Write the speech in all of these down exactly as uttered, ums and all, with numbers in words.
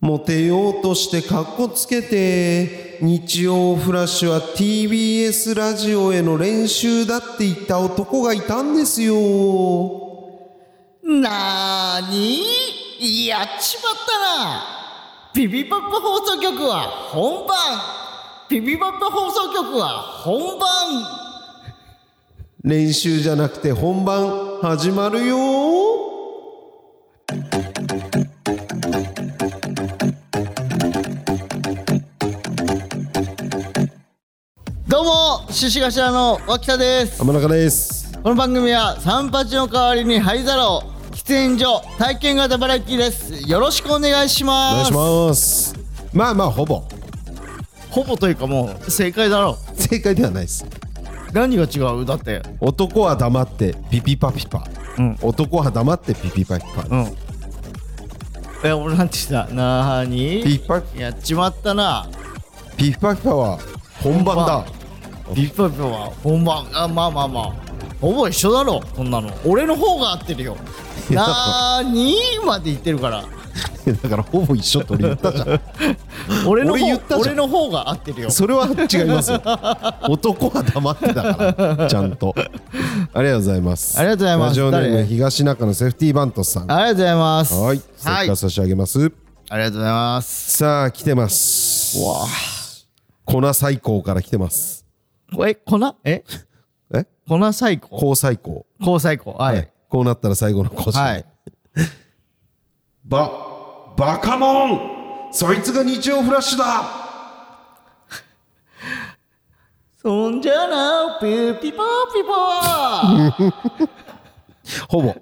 モテようとしてカッコつけて、日曜フラッシュは ティービーエス ラジオへの練習だって言った男がいたんですよ。 なーにー、やっちまったな。ピピパッパ放送局は本番。ピピパッパ放送局は本番。 練習じゃなくて本番始まるよ。 どうも、獅子頭の脇田です。 天中です。 この番組は三八の代わりに灰皿を、喫煙所体験型バラエティです。よろしくお願いします。 お願いします。まあまあほぼほぼというかもう正解だろう。 正解ではないです。 何が違う？だって男は黙ってピピパピパ、うん、男は黙ってピピパピパ、うん、 え、俺なんてしたなーにピピパピやっちまったな。 ピピパピパは本番だ。 ピピパピパは本番。あ、まあまあまあほぼ一緒だろこんなの。俺の方が合ってるよ。なーにーまで言ってるからだからほぼ一緒って俺言ったじゃん俺の方俺言ったじゃん。 俺の方が合ってるよ。 それは違いますよ男は黙ってだからちゃんとありがとうございます。 ありがとうございます。 ラジオネーム東中野セーフティーバントさん、 ありがとうございます。 はい、ステッカー差し上げます、はい、 ありがとうございます。 さあ来てます。わあ、粉最高から来てます。 え、粉ええ粉最高高最高高最高、はい、はい、 こうなったら最後の更新、はい、ばバカモン、そいつが日曜フラッシュだそんじゃなピーピパーピパーほぼ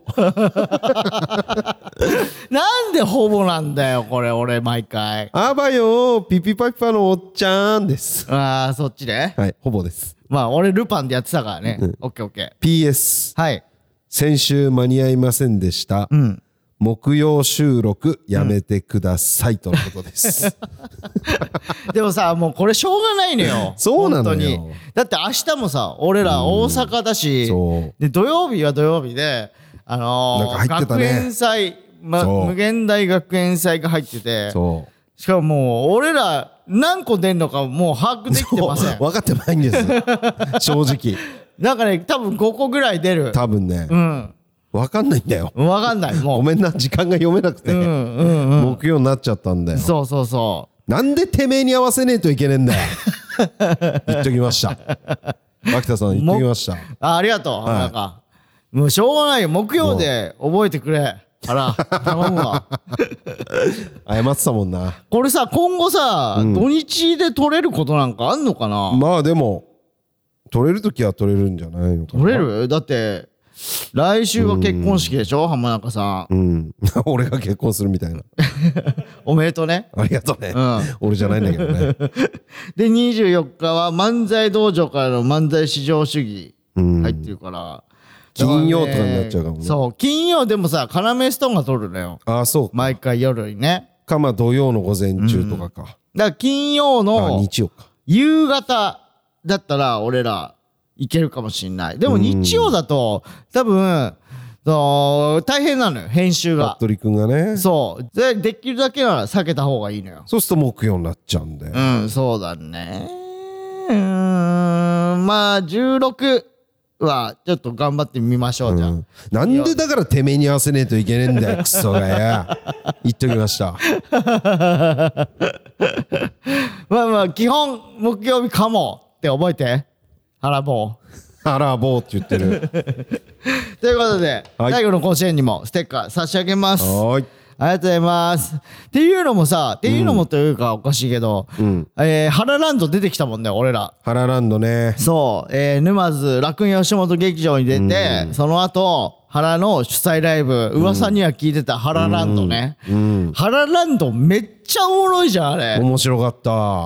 なんでほぼなんだよこれ。俺毎回あばよピピパピパのおっちゃんです。 あーそっちね。 はい、ほぼです。 まあ俺ルパンでやってたからね、うん、オッケーオッケー。 ピーエスはい、 先週間に合いませんでした、うん、木曜収録やめてください、うん、とのことですでもさ、もうこれしょうがないのよそうなのよ。 本当にだって明日もさ俺ら大阪だし、うん、で土曜日は土曜日であのーね、学園祭、ま、無限大学園祭が入ってて、そうしかももう俺ら何個出んのかもう把握できてません。 分かってないんです正直なんかね多分ごこぐらい出る多分ね、うん、分かんないんだよ。 分かんないもうごめんな、時間が読めなくて、うんうんうん、木曜になっちゃったんだよ。そうそうそう。なんでてめえに合わせねえといけねえんだよ言っときました。脇田さん言っときました。 あ, ありがとう、はい、なんかもうしょうがないよ、木曜で覚えてくれ。あら頼むわ謝ってたもんな。 これさ今後さ、うん、土日で取れることなんかあんのかな。 まあでも取れるときは取れるんじゃないのかな。 取れる？だって来週は結婚式でしょ、うん、浜中さん、うん、 俺が結婚するみたいなおめでとうね。 ありがとうね、うん、俺じゃないんだけどねでにじゅうよっかは漫才道場からの漫才至上主義入ってるから、うん、 金曜とかになっちゃうかもね。 そう金曜でもさカナメストーンが撮るのよ。ああそうか。毎回夜にねか、まあ土曜の午前中とかか、うん、だから金曜の日曜か夕方だったら俺らいけるかもしんない。でも日曜だと多分大変なのよ編集が。 服部くんがね。そうでできるだけなら避けた方がいいのよ。 そうすると木曜になっちゃうんだよ。 うんそうだね。うーんまあじゅうろくはちょっと頑張ってみましょう、うん、じゃあ。 なんでだからてめえに合わせねえといけねえんだよクソがや言っときましたまあまあ基本木曜日かもって覚えて。腹棒腹棒って言ってるということで、はい、最後の甲子園にもステッカー差し上げます。はい、ありがとうございます。っていうのもさ、っていうのもというかおかしいけど、うん、えー、ハラランド出てきたもんね俺ら。 ハラランドね。そう、 えー、沼津楽園吉本劇場に出て、うん、その後原の主催ライブ、噂には聞いてたハラランドね、うんうん、ハラランドめっちゃおもろいじゃんあれ。面白かった。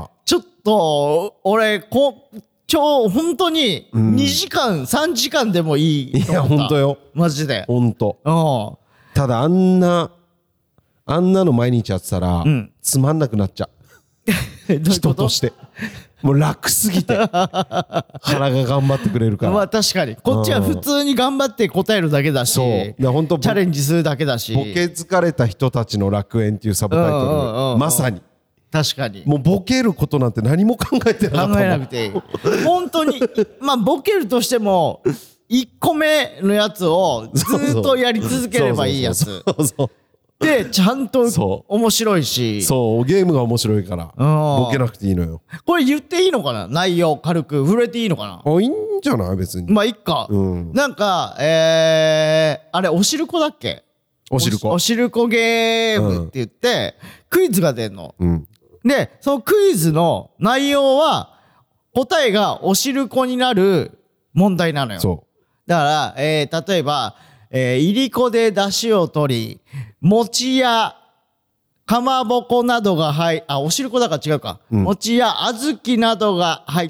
ちょっと俺こ超本当ににじかん、うん、さんじかんでもいいと思った。いや本当よマジで本当。うんただあんなあんなの毎日やってたら、うん、つまんなくなっちゃう人としてもう楽すぎて原が頑張ってくれるから。 まあ確かにこっちは普通に頑張って答えるだけだし、そうだ本当チャレンジするだけだし、 ボケ疲れた人たちの楽園っていうサブタイトル、まさに確かにもうボケることなんて何も考えてなかったもん。 考えなくていい本当にまあボケるとしてもいっこめのやつをずっとやり続ければいいやつでちゃんと面白いし、 そうゲームが面白いからボケなくていいのよ。 これ言っていいのかな、内容軽く触れていいのかな。 あいいんじゃない別に。 まあいっか、うん、なんかえー、あれおしるこだっけ、 おしるこおしるこゲームって言って、うん、クイズが出んの、うん、でそのクイズの内容は答えがおしるこになる問題なのよ。そうだから、えー、例えばえー、いりこで出汁を取り、餅やかまぼこなどが入っ、あ、おしるこだから違うか。うん、餅や小豆などが入った、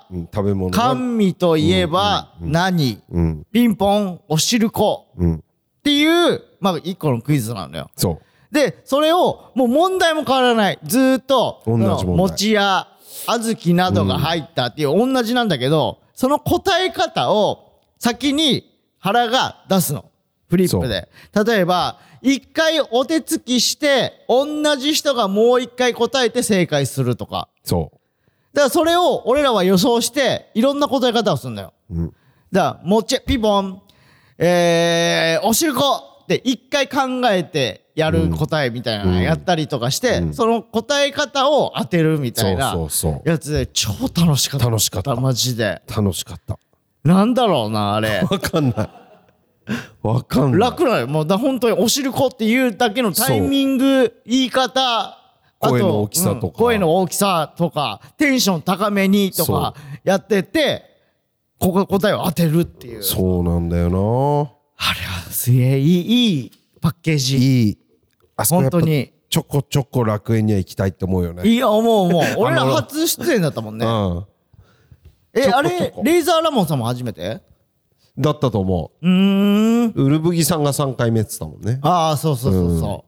うん、食べ物。甘味といえば何、うんうんうん、ピンポン、おしるこ、うん、っていう、まあ、一個のクイズなのよ。そう。で、それを、もう問題も変わらない。ずーっと、餅や小豆などが入ったっていう、同じなんだけど、その答え方を先に、原が出すのフリップで。例えば一回お手つきして同じ人がもう一回答えて正解するとか。そうだからそれを俺らは予想していろんな答え方をするんだよ、うん、だからもちピボンえー、おしるこって一回考えてやる答えみたいなのやったりとかして、うん、その答え方を当てるみたいなやつで超楽しかった。楽しかったマジで楽しかった。なんだろうなあれ。わかんない。わかんない。楽なの。もうだ本当におしるこっていうだけのタイミング、言い方、声の大きさとか、うん、声の大きさとか、テンション高めにとかやってて、ここ答えを当てるっていう。そうなんだよな。あれはすげえいいいいパッケージ。いい。あそこ本当にちょこちょこ楽園には行きたいって思うよね。いや思う思う。俺ら初出演だったもんね。うんえ、あれ、レイザーラモンさんも初めてだったと思う。うーん。ウルブギさんがさんかいめって言ったもんね。ああ、そうそうそうそう。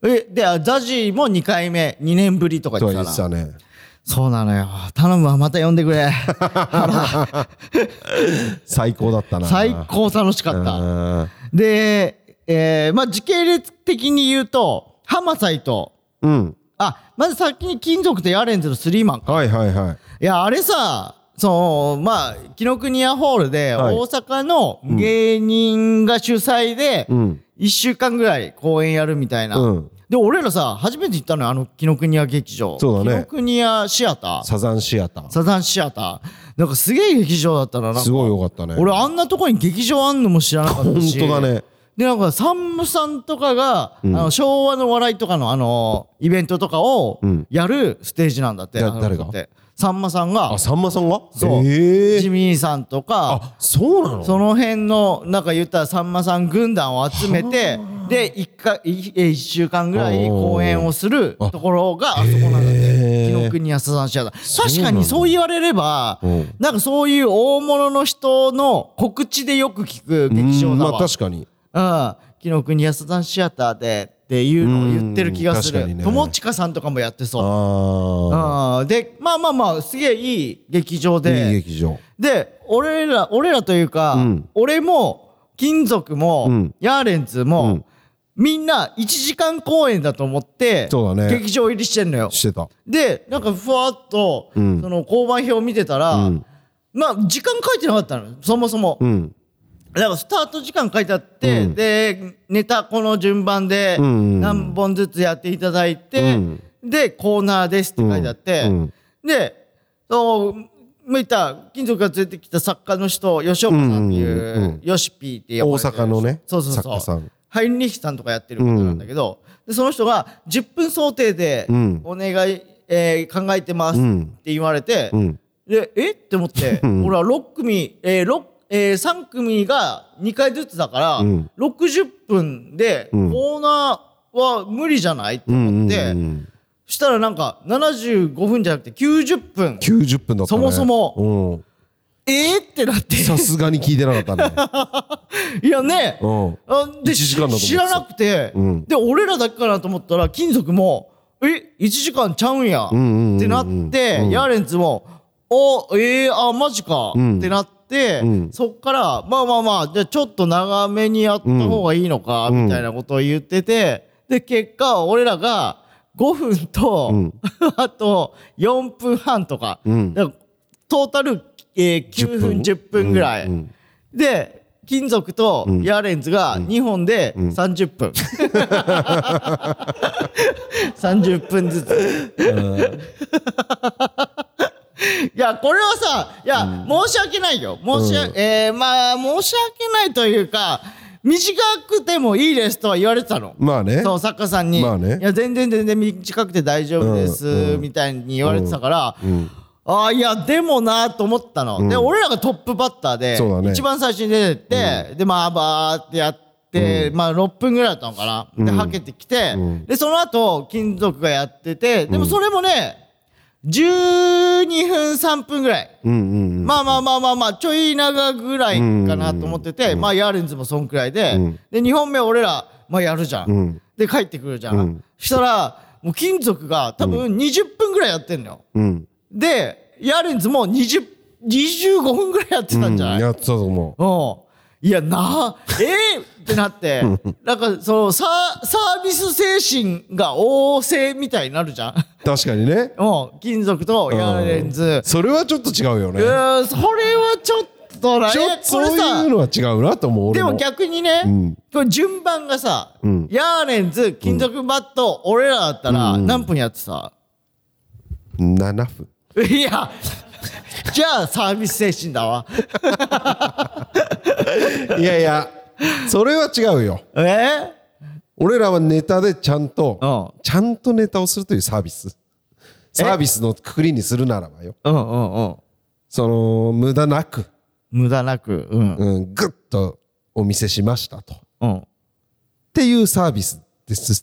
うん、え、で、ザジーもにかいめ、にねんぶりとか言ってたな。そう言ってたね。そうなのよ。頼むわ、また呼んでくれ。最高だったな。最高楽しかった。で、えー、まあ、時系列的に言うと、ハマサイと、うん。あ、まず先に金属とヤーレンズのスリーマンか。はいはいはい。いや、あれさ、そう、まあ、紀ノ国屋ホールで、大阪の芸人が主催で、いっしゅうかんぐらい公演やるみたいな。うん、で、俺らさ、初めて行ったのよ、あの紀ノ国屋劇場。そうだね。紀ノ国屋シアター。サザンシアター。サザンシアター。なんかすげえ劇場だったな、なんか。すごいよかったね。俺あんなとこに劇場あんのも知らなかったし。本当だね。で、なんか、さんまさんとかが、うん、あの、昭和の笑いとかの、あの、イベントとかを、やるステージなんだって。うん、誰がさんまさんが。あ、さんまさんがそう。ジミーさんとか。あ、そうなのその辺の、なんか言ったらさんまさん軍団を集めて、で、一回、一週間ぐらい公演をするところがあそこなんだって。紀ノ国屋サザンシアター。確かにそう言われれば、なんかそういう大物の人の告知でよく聞く劇場だわ。まあ確かに。うん。紀ノ国屋サザンシアターでっていうのを言ってる気がする。友近さんとかもやってそう。ああ。で、まあまあまあ、すげえいい劇場で。いい劇場。で、俺ら、俺らというか、うん、俺も、金属も、うん、ヤーレンズも、うん、みんないちじかん公演だと思って、そうだね、劇場入りしてんのよ。してた。で、なんかふわっと、うん、その交番表を見てたら、うん、まあ、時間書いてなかったの。そもそも。うんだからスタート時間書いてあって、うん、で、ネタこの順番で何本ずつやっていただいて、うん、で、コーナーですって書いてあって、うん、で、そう、向いた金属が連れてきた作家の人、吉岡さんっていう、ヨシピーっていう大阪のね、そうそうそう作家さん。ハインリッヒさんとかやってることなんだけど、でその人がじゅっぷん想定でお願い、えー、考えてますって言われて、で、えって思って、俺はろっくみ、えー、ろくえー、さん組がにかいずつだから、うん、ろくじゅっぷんで、コーナーは無理じゃないって思って、うんうんうん、したらなんかななじゅうごふんじゃなくてきゅうじゅっぷん。きゅうじゅっぷんだったね。そもそも。うん、えーってなって。さすがに聞いてなかったね。いやね。うん、でいちじかんだと思って知らなくて、うん、で、俺らだけかなと思ったら、金属も、 えいちじかんちゃうんやってなって、ヤーレンズもおえー、あマジかってなって、そっからまあまあまあじゃあちょっと長めにやった方がいいのかみたいなことを言ってて、で結果俺らがごふんと、あとよんぷんはんとか、だからトータル、えー、きゅうふんじゅっぷんぐらいで、金属とヤーレンズがにほんでさんじゅっぷん、さんじゅっぷんずついやこれはさいや、うん、申し訳ないよ申し訳、うん、えー、まあ申し訳ないというか短くてもいいですとは言われてたの。 まあね。 そう作家さんに、まあね、いや全然全然短くて大丈夫です、うん、みたいに言われてたから、うんうん、ああいやでもなと思ったの、うん、で俺らがトップバッターで、ね、一番最初に出てって、うん、でまあバーってやってで、うん、まあろっぷんぐらいだったのかな、うん、ではけてきて、うん、でその後金属がやってて、でもそれもねじゅうにふんさんぷんぐらい、うんうんうん、まあまあまあまあまあちょい長ぐらいかなと思ってて、うんうん、まあヤーレンズもそんくらいで、うん、でにほんめ俺らまあやるじゃん、うん、で帰ってくるじゃん、うん、そしたらもう金属が多分にじゅっぷんぐらいやってんのよ、うん、でヤーレンズもにじゅう、にじゅうごふんぐらいやってたんじゃない、うん、 やってたと思う。 うんいやなえー、ってなってなんかそのサー、サービス精神が旺盛みたいになるじゃん。 確かにね。 うん、金属とヤーレンズ。 それはちょっと違うよね。 いやそれはちょっとな。 ちょっとそういうのは違うなと思う。 でも逆にね、うん、これ順番がさ、うん、ヤーレンズ金属バット、うん、俺らだったら何分やってた？ ななふん。 いや。じゃあサービス精神だわいやいやそれは違うよ。えー、俺らはネタでちゃんと、うん、ちゃんとネタをするというサービスサービスのくくりにするならばよ、うんうんうん、その無駄なく無駄なく、うんうん、グッとお見せしましたと、うん、っていうサービスです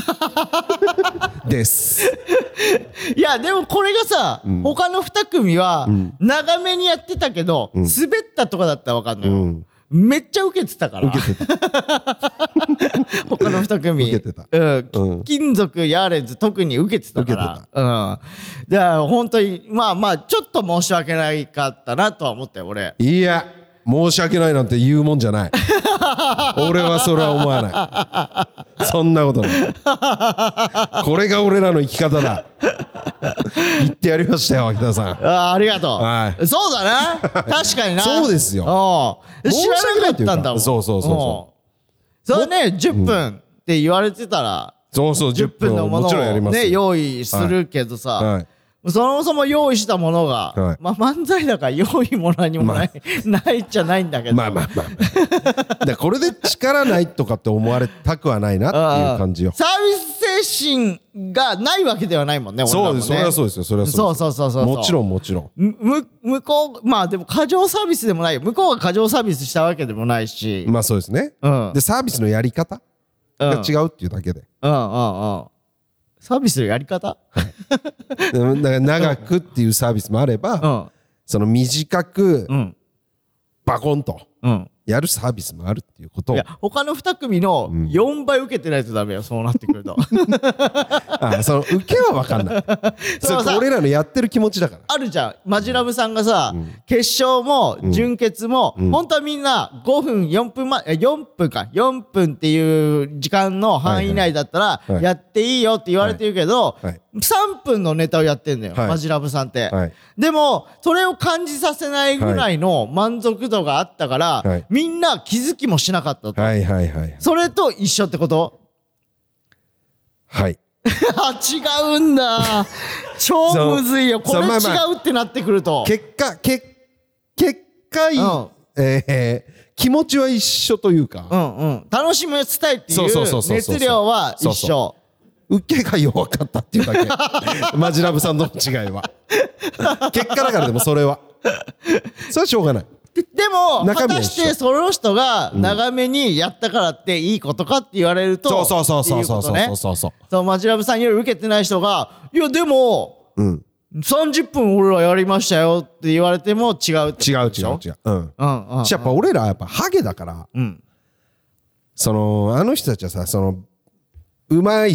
ですいやでもこれがさ、うん、他のに組は長めにやってたけど、うん、滑ったとかだったら分かんないよ、うん、めっちゃ受けてたから受けてた他のに組受けてた、 うん、金属ヤーレンズ特に受けてたから受けてた、うん、だから本当にまあまあちょっと申し訳ないかったなとは思ったよ俺。 いや申し訳ないなんて言うもんじゃない俺はそれは思わないそんなことないこれが俺らの生き方だ言ってやりましたよ秋田さん。 あ, ありがとう、はい、そうだな確かになそうですよ知らなかったんだもん。 そうそうそうそうそれねじゅっぷんって言われてたら、 うん、そうそうじゅっぷんのものをね用意するけどさ、はいはいそもそも用意したものが、はい、まあ漫才だから用意も何もない、まあ、ないじゃないんだけどまあまあまあ、まあ、これで力ないとかって思われたくはないなっていう感じよ。 サービス精神がないわけではないもんね。 そうです、それはそうですよ。それはそうそうそうそうもちろんもちろんむ向こうまあでも過剰サービスでもないよ。向こうが過剰サービスしたわけでもないしまあそうですね、うん、でサービスのやり方が違うっていうだけでうんうんうんサービスのやり方だから長くっていうサービスもあれば、うん、その短く、うん、バコンとやるサービスもあるっていうことを、いや他のに組のよんばい受けてないとダメよ、そうなってくるとあその受けは分かんないそれ俺らのやってる気持ちだからあるじゃん。マジラブさんがさ、うん、決勝も準決も、うん、本当はみんなごふんよんぷんまよんぷんかよんぷんっていう時間の範囲内だったらやっていいよって言われてるけど、はいはいはい、さんぷんのネタをやってんだよ、はい、マジラブさんって、はい、でもそれを感じさせないぐらいの満足度があったから、はい、みんな気づきもしなかったと、はいはいはい、それと一緒ってこと？ はいあ違うんだ超むずいよこれ違うってなってくると結果結結果いい、うんえー、気持ちは一緒というか、 うんうん、楽しむしたいっていう熱量は一緒。そうそうそう受けが弱かったっていうだけマジラブさんとの違いは結果だから。でもそれはそれはしょうがない。 でも果たしてその人が長めにやったからっていいことかって言われると、 うん、そうそうそうそうそうそうそうそうそうマジラブさんより受けてない人がいやでも、うん、さんじゅっぷん俺らやりましたよって言われても違うって違う違う違ううんうんうん、うん、やっぱ俺らやっぱハゲだから、うん、そのあの人たちはさそのうまいじゃん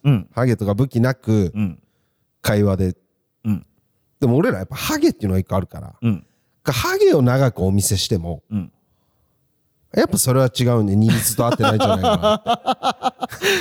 うん、 ハゲとか武器なく、うん、会話で、うん、でも俺らやっぱハゲっていうのが一個あるから、うん、ハゲを長くお見せしても、うん、やっぱそれは違うんでニーズと合ってないんじゃないかな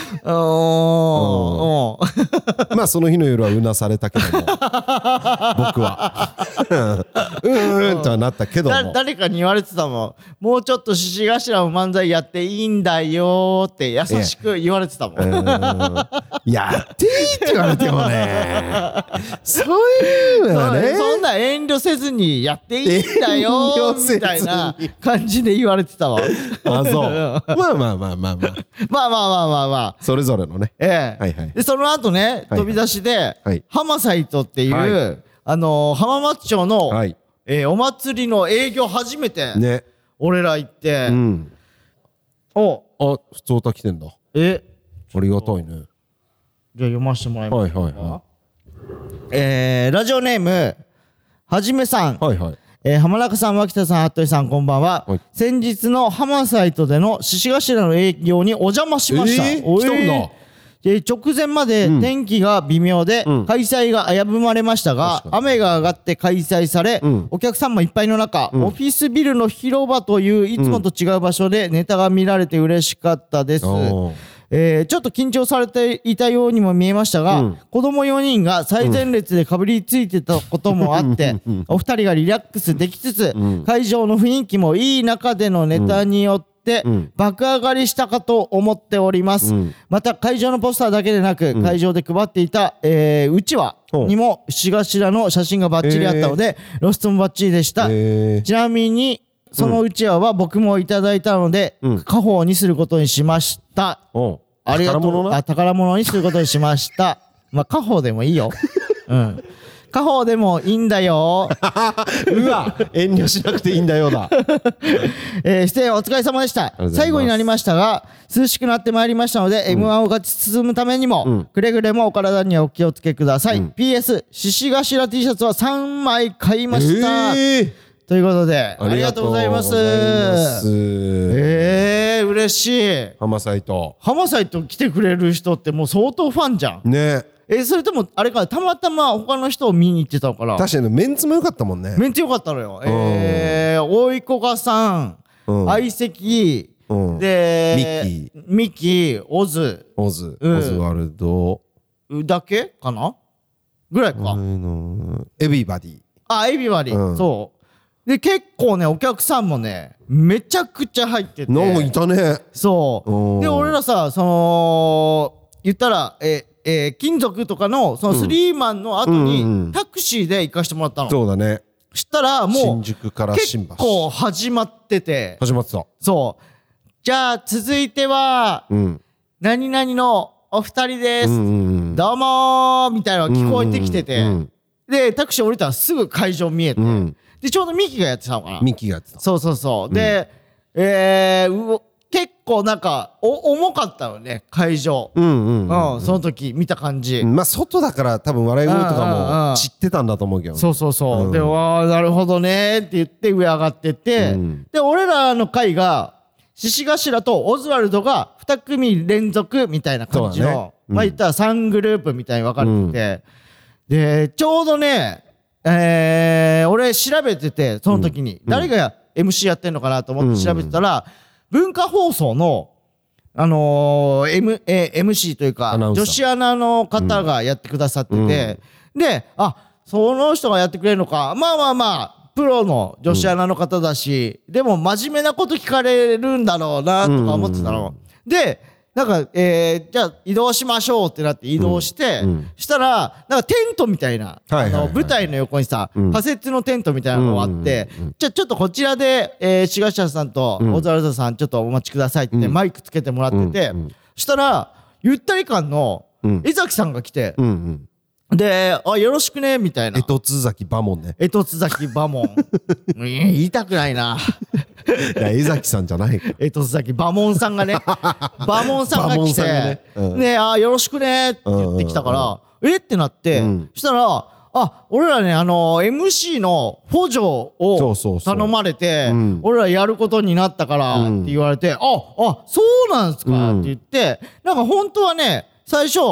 おーまあその日の夜はうなされたけども僕はうーんとはなったけども誰かに言われてたもん。もうちょっと獅子頭の漫才やっていいんだよって優しく言われてたもん、ええやっていいって言われてもねそういうのはねそ, そんな遠慮せずにやっていいんだよみたいな感じで言われてたわあそうまあまあまあまあまあまあまあまあまあまあまあそれぞれのね、 ええはいはい、でその後ね飛び出しで、はい、浜サイトっていう、はい、あのー、浜松町の、はい、えー、お祭りの営業初めて、ね、俺ら行って、うん、おあ普通歌来てんだえありがたいね。 じゃあ読ませてもらいます。 はいはいはい、 えー、ラジオネームはじめさん、はいはい、えー、浜中さん、脇田さん、服部さん、こんばんは、はい、先日の浜サイトでの獅子頭の営業にお邪魔しました。えー、来たんだ。で直前まで天気が微妙で、うん、開催が危ぶまれましたが、雨が上がって開催され、うん、お客さんもいっぱいの中、うん、オフィスビルの広場といういつもと違う場所でネタが見られて嬉しかったです。えー、ちょっと緊張されていたようにも見えましたが、うん、子供よにんが最前列でかぶりついてたこともあって、うん、お二人がリラックスできつつ、うん、会場の雰囲気もいい中でのネタによって、うん、爆上がりしたかと思っております、うん、また会場のポスターだけでなく、うん、会場で配っていた、えー、うちわにも獅子頭の写真がバッチリあったので、えー、露出もバッチリでした、えー、ちなみにそのうちわは僕もいただいたので、うん、家宝にすることにしました。ありがとう。宝物な？あ、宝物にすることにしました。まあ、家宝でもいいよ。うん。家宝でもいいんだよ。 うわ、遠慮しなくていいんだよだ。 えー、出演お疲れ様でした。最後になりましたが、涼しくなってまいりましたので、うん、エムワン を勝ち進むためにも、うん、くれぐれもお体にはお気をつけください。うん、ピーエス、獅子頭 T シャツはさんまい買いました。えーということでありがとうございます。えー、嬉しい。 浜サイト浜サイト来てくれる人ってもう相当ファンじゃんね。 えー、それともあれかたまたま他の人を見に行ってたから。 確かにメンツも良かったもんね。 メンツ良かったのよ。えー、大井こがさん、うん、相席、うん、でミッキーミッキーオズオズ、うん、オズワルドだけかなぐらいか。 エビバディあエビバディ、うん、そうで結構ねお客さんもねめちゃくちゃ入っててなんかいたね。 そうで俺らさその言ったらええー、金属とかのそのスリーマンの後にタクシーで行かしてもらったの。 そうだね。 したらもう新宿から新橋結構始まってて始まってた。 そうじゃあ続いては、うん、何々のお二人です、うんうん、どうもーみたいなのが聞こえてきてて、うんうん、でタクシー降りたらすぐ会場見えて、うんでちょうどミキがやってたのかな。 ミキがやってた。 そうそうそう、うん、で、えー、結構なんかお重かったよね会場。うんうんうん、うんうん、その時見た感じ、 うん、まあ外だから多分笑い声とかも散ってたんだと思うけど、ね、 そうそうそう、うん、でわあなるほどねって言って上上がってって、うん、で俺らの会が獅子頭とオズワルドがに組連続みたいな感じの、ねうん、まあ言ったらさんグループみたいに分かれてて、うん、でちょうどねえー、俺調べててその時に、うん、誰が エムシー やってんのかなと思って調べてたら、うん、文化放送のあのー M えー、エムシー というか女子アナの方がやってくださってて、うん、であその人がやってくれるのかまあまあまあプロの女子アナの方だし、うん、でも真面目なこと聞かれるんだろうなとか思ってたの、うん、でなんか、えー、じゃあ移動しましょうってなって移動して、うん、したらなんかテントみたいな、はいはいはい、あの舞台の横にさ、うん、仮設のテントみたいなのがあって、うんうんうん、じゃあちょっとこちらで、えー、志賀社さんとオズワルドさんちょっとお待ちくださいって、うん、マイクつけてもらってて、うんうん、したらゆったり感の江崎さんが来て、うんうんで、あ、よろしくね、みたいな。 えとつ崎バモンね。 えとつ崎バモン。言いたくないな。 いや、江崎さんじゃない。 えとつ崎バモンさんがね、バモンさんが来て、ね、うん、ね、あ、よろしくねって言ってきたから、うんうんうん、えってなって、うん、そしたら、あ、俺らね、あのー、エムシー の補助を頼まれて、うん、俺らやることになったからって言われて、うん、あ、あ、そうなんすかって言って、うん、なんか本当はね、最初、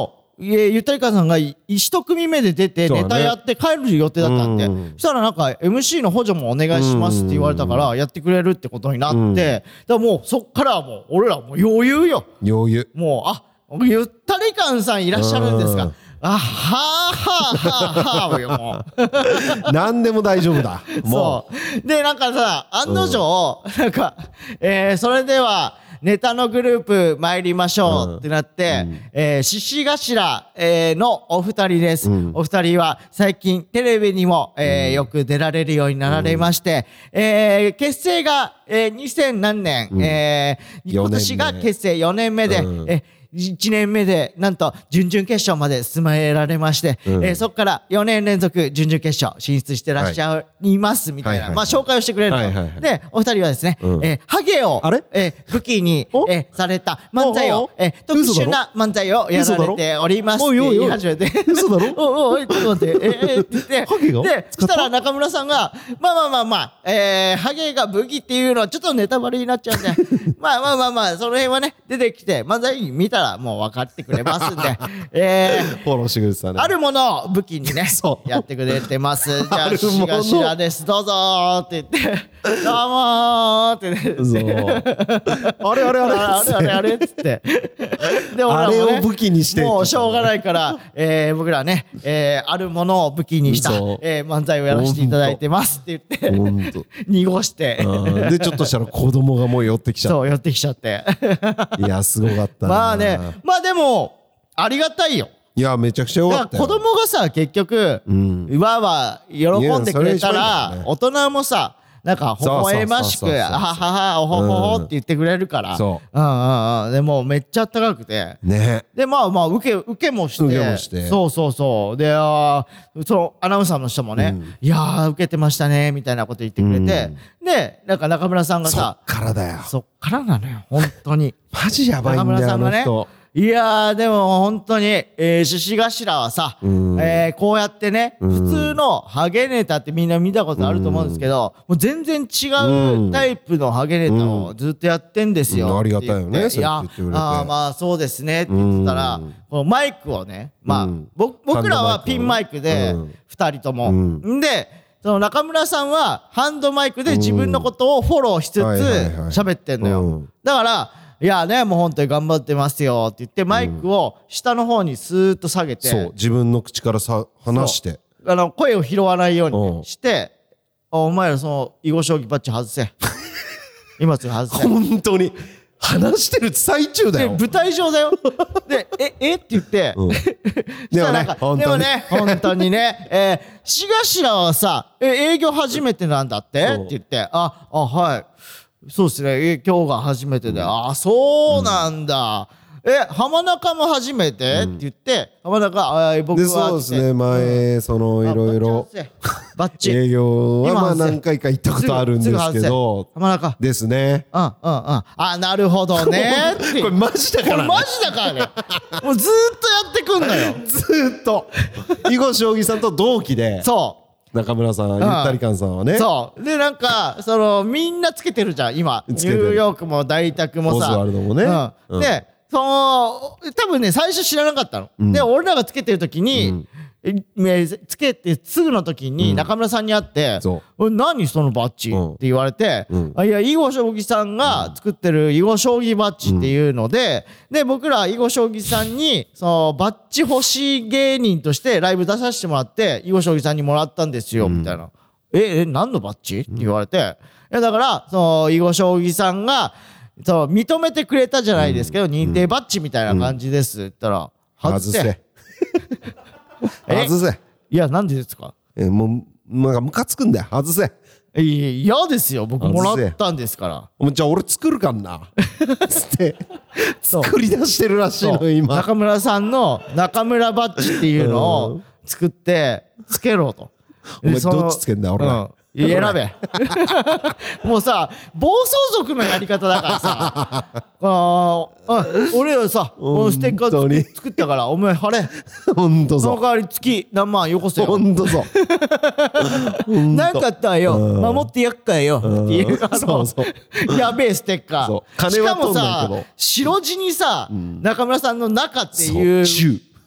ゆったりかさんが一組目で出てネタやって帰る予定だったんで、そしたらなんか エムシー の補助もお願いしますって言われたからやってくれるってことになって、だからもうそっからはもう俺らもう余裕よ。 余裕。 もうあゆったりかんさんいらっしゃるんですか。あはあはあはあはあよもう何でも大丈夫だ。 もうそうでなんかさ案の定、うん、なんか、えー、それではネタのグループ参りましょうってなって、うんえー、獅子頭、えー、のお二人です、うん、お二人は最近テレビにも、えーうん、よく出られるようになられまして、うんえー、結成が、えー、にせん何年、うんえー、今年が結成よねんめで、うんえーいちねんめでなんと準々決勝まで進められまして、うんえー、そこからよねん連続準々決勝進出してらっしゃいますみたいな、はいまあ、紹介をしてくれると、はいはいはい、でお二人はですね、うんえー、ハゲを、えー、武器に、えー、された漫才を、えー、特殊な漫才をやられておりますって言い始めて嘘だろおおおいちょっと待ってえー、って言ってハゲがでそしたら中村さんがまあまあまあまあ、えー、ハゲが武器っていうのはちょっとネタバレになっちゃうんでまあまあまあまあその辺はね出てきて漫才見たらもう分かってくれますんで、えー、 フォローしてくれてたね。 あるものを武器にねやってくれてます。じゃあ獅子頭ですどうぞーって言ってどうもーってねあれあれあれあれあれあれっつってであれを武器にしてもうしょうがないから、えー、僕らね、えー、あるものを武器にした、えー、漫才をやらせていただいてますって言って濁してでちょっとしたら子供がもう寄ってきちゃってそう寄ってきちゃっていやすごかったな。 まあねまあでもありがたいよ。 いやめちゃくちゃよかったよ。 子供がさ結局、うん、わわ喜んでくれたら、ね、大人もさなんか微笑ましくはははおほほほって言ってくれるから、そううんうんうんでもめっちゃあったかくてねでまあまあ受け受けもして受けもしてそうそうそうであそのアナウンサーの人もね、うん、いやー受けてましたねみたいなこと言ってくれて、うん、でなんか中村さんがさそっからだよそっからなのよ本当にマジやばいんだよ中村さんがねいやーでも本当に獅子頭はさ、うんえー、こうやってね、うん、普通のハゲネタってみんな見たことあると思うんですけど、うん、もう全然違うタイプのハゲネタをずっとやってんですよ、 うんうん、ありがたいよねいやあまあそうですねって言ってたら、うん、このマイクをねまあ、うん、僕らはピンマイクでふたりとも、うん、でその中村さんはハンドマイクで自分のことをフォローしつつ喋ってんのよだからいやねもう本当に頑張ってますよって言ってマイクを下の方にスーッと下げて、 うん、そう自分の口からさ話してあの声を拾わないようにしてお前らその囲碁将棋バッジ外せ今すぐ外せ本当に話してる最中だよ舞台上だよでええって言って、うん、でもねでもね本当にねえー、獅子頭はさえ営業初めてなんだってって言ってああはいそうですね今日が初めてで、うん、ああそうなんだ、うん、え浜中も初めて、うん、って言って浜中あ僕はでそうですね前、うん、そのいろいろバッチ営業はまあ何回か行ったことあるんですけど浜中ですねうんうんうんあなるほどねこれマジだからねこれマジだからねもうずーっとやってくんのよずーっと囲碁将棋さんと同期でそう中村さん、ゆったりかんさんはね。 そうでなんかそのみんなつけてるじゃん今ニューヨークも大宅もさオズワルドもね、うんうん、でその多分ね最初知らなかったの、うん、で俺らがつけてる時に、うんつけてすぐの時に中村さんに会って「うん、何そのバッジ?」って言われて「うん、あいや囲碁将棋さんが作ってる囲碁将棋バッジっていうので、うん、で僕ら囲碁将棋さんにそのバッジ欲しい芸人としてライブ出させてもらって囲碁将棋さんにもらったんですよ、うん、みたいな「ええ何のバッジ?」って言われて、うん、いやだからその囲碁将棋さんがそう認めてくれたじゃないですけど、うん、認定バッジみたいな感じですって言ったら外せ外せいやなんでですかえもうなんかムカつくんだよ外せいや嫌ですよ僕もらったんですからじゃあ俺作るかんなつって作り出してるらしいの今中村さんの中村バッジっていうのを作ってつけろとお前どっちつけんだよ俺ら、 うん選べもうさ暴走族のやり方だからさあ俺らさステッカー作ったからお前貼れほんとその代わり月何万よこせよほんとそう何かあったらよ守ってやっかいよっていうあのやべえステッカーしかもさ白地にさ中村さんの中っていう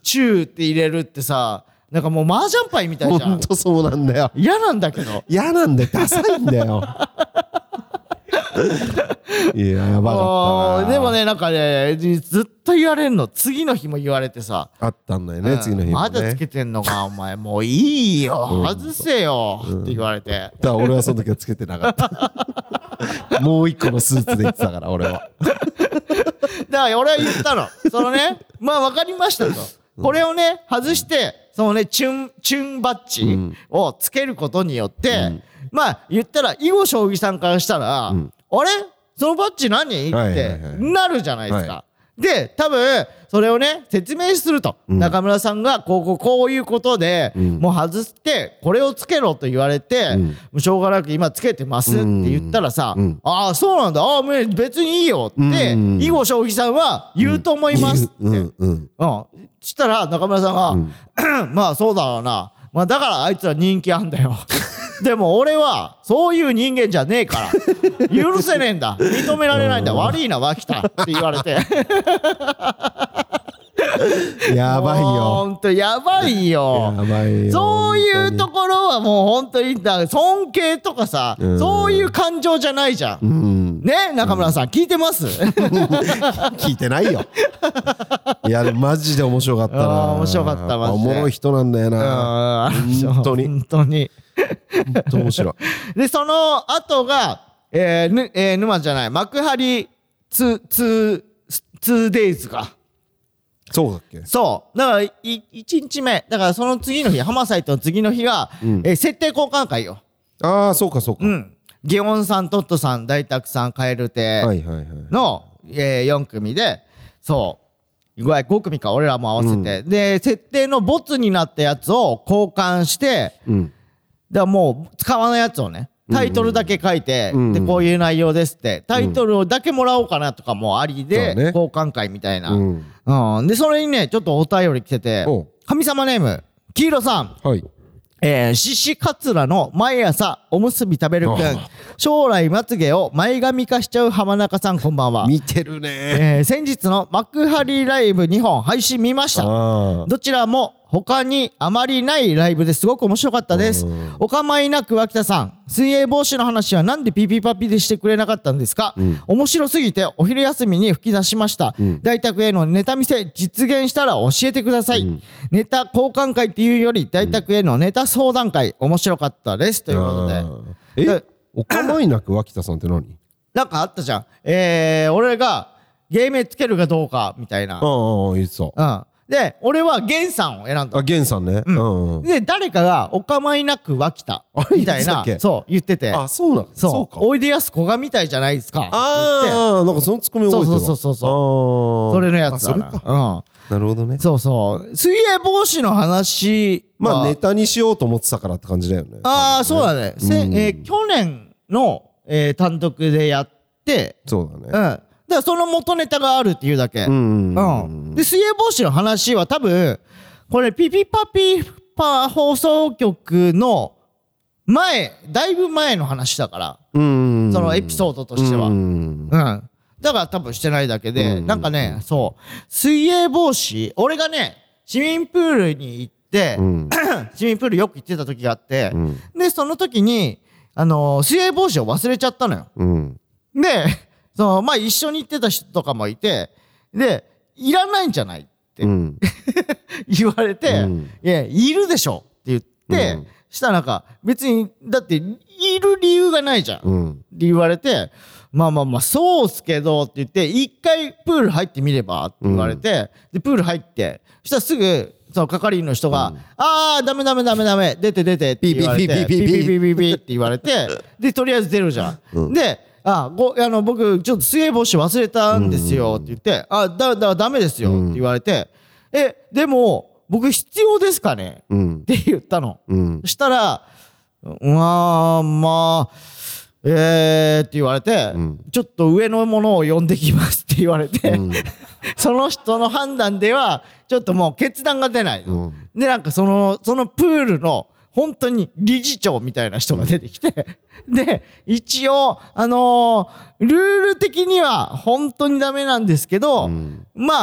チューって入れるってさ、なんかもう麻雀牌みたいじゃん。 ほんとそうなんだよ。 嫌なんだけど。 嫌なんでダサいんだよ。いや、やばかったな。 でもね、なんかね、ずっと言われんの。次の日も言われてさ。 あったんだよね、うん、次の日も、ね。 まだつけてんのか、お前。もういいよ。外せよ。うん、って言われて。だから俺はその時はつけてなかった。もう一個のスーツで行ってたから、俺は。だから俺は言ったの。そのね、まあ分かりましたと。これをね、外して、そのね、チュン、チュンバッジをつけることによって、うん、まあ言ったら、囲碁将棋さんからしたら、うん、あれそのバッジ何ってなるじゃないですか。はい、で、多分、それをね、説明すると。うん、中村さんが、こう、こう、こういうことで、うん、もう外して、これをつけろと言われて、うん、もうしょうがなく今つけてますって言ったらさ、うん、ああ、そうなんだ、ああ、別にいいよって、囲碁将棋さんは言うと思いますって。うんうん。そしたら、中村さんが、まあそうだろうな。まあだからあいつら人気あんだよ。でも俺はそういう人間じゃねえから許せねえんだ、認められないんだ、悪いな脇田って言われてやばいよ、 ほんとやばいよ。やばいよ。そういうところはもう本当にだ尊敬とかさ、うん、そういう感情じゃないじゃん、うん、ね、中村さん、うん、聞いてます聞いてないよ。いやマジで面白かったな。 面白かった。マジでおもろい人なんだよな、本当に本当に本当面白い。でその後が、えーぬえー、沼じゃない幕張 ツーデイズか。 そうだっけ。 そうだからいいちにちめだから、その次の日、ハマサイトの次の日が、うん、えー、設定交換会よ。 ああそうかそうか。うん。 ギオンさん、トットさん、大沢さん、カエル亭の、はいはいはい、えー、よん組で、そうご組か、俺らも合わせて、うん、で設定のボツになったやつを交換して、うん、だからもう使わないやつをね、タイトルだけ書いて、うんうん、でこういう内容ですってタイトルをだけもらおうかなとかもありで、うん、交換会みたいな、うんうん、でそれにねちょっとお便り来てて、神様ネーム黄色さん、はい、えー、獅子カツラの毎朝おむすび食べるくん、将来まつげを前髪化しちゃう浜中さん、こんばんは。 見てるね、 えー、先日の幕張ライブにほん配信見ました。どちらも他にあまりないライブですごく面白かったです。お構いなく脇田さん、水泳防止の話はなんでピピパピでしてくれなかったんですか。うん、面白すぎてお昼休みに吹き出しました。うん、大宅へのネタ見せ実現したら教えてください。うん、ネタ交換会っていうより大宅へのネタ相談会、面白かったですということで。え、お構いなく脇田さんって何？ なんかあったじゃん。えー、俺が芸名つけるかどうかみたいな。 ああ、言ってた。うん。 で、俺はゲンさんを選んだ。 あ、ゲンさんね。 うんうん、で、誰かがお構いなく脇田みたいな、そう言ってて。 あ、そうなの。 そうか。おいでやすこがみたいじゃないですか。 ああ、なんかそのツッコミ覚えてるわ。 そうそうそうそう。それのやつだな。 それか。うん。なるほどね。 そうそう。水泳防止の話、 まあネタにしようと思ってたからって感じだよね。 ああ、そうだね。せ、えー、去年の、えー、単独でやって、 そうだね。うん。 だからその元ネタがあるっていうだけ。うん。うん。で、水泳防止の話は多分、これピピパピパ放送局の前、だいぶ前の話だから。うん。そのエピソードとしては。うん。うん。だから多分してないだけで、なんかね、そう。水泳防止、俺がね、市民プールに行って、うん、市民プールよく行ってた時があって、うん、で、その時に、あのー、水泳防止を忘れちゃったのよ。うん、で、そのまあ一緒に行ってた人とかもいて、でいらないんじゃないって、うん、言われて、うん、いやいるでしょって言って、うん、したらなんか別にだっている理由がないじゃん、うん、って言われて、まあまあまあそうっすけどって言って一回プール入ってみればって言われて、うん、でプール入ってそしたらすぐその係員の人が、うん、あーダメダメダメダメ出て出てって言われてピピピピピピピピって言われてでとりあえず出るじゃん、うん、であごあの僕ちょっと水泳防止忘れたんですよって言って、あだだダメですよって言われて、えでも僕必要ですかね、うん、って言ったの、うん、そしたらまあまあえーって言われて、うん、ちょっと上のものを呼んできますって言われて、うん、その人の判断ではちょっともう決断が出ない、うん、でなんかそのそのプールの本当に理事長みたいな人が出てきて、うん、で一応あのー、ルール的には本当にダメなんですけど、うん、まあ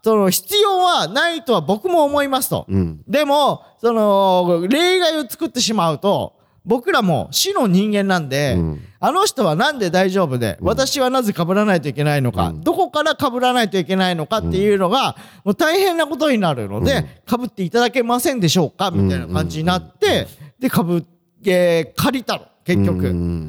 その必要はないとは僕も思いますと、うん、でもその例外を作ってしまうと僕らも死の人間なんで、うん、あの人はなんで大丈夫で、うん、私はなぜ被らないといけないのか、うん、どこから被らないといけないのかっていうのが、もう大変なことになるので、うん、被っていただけませんでしょうかみたいな感じになって、で被、えー、借りたの結局、うん、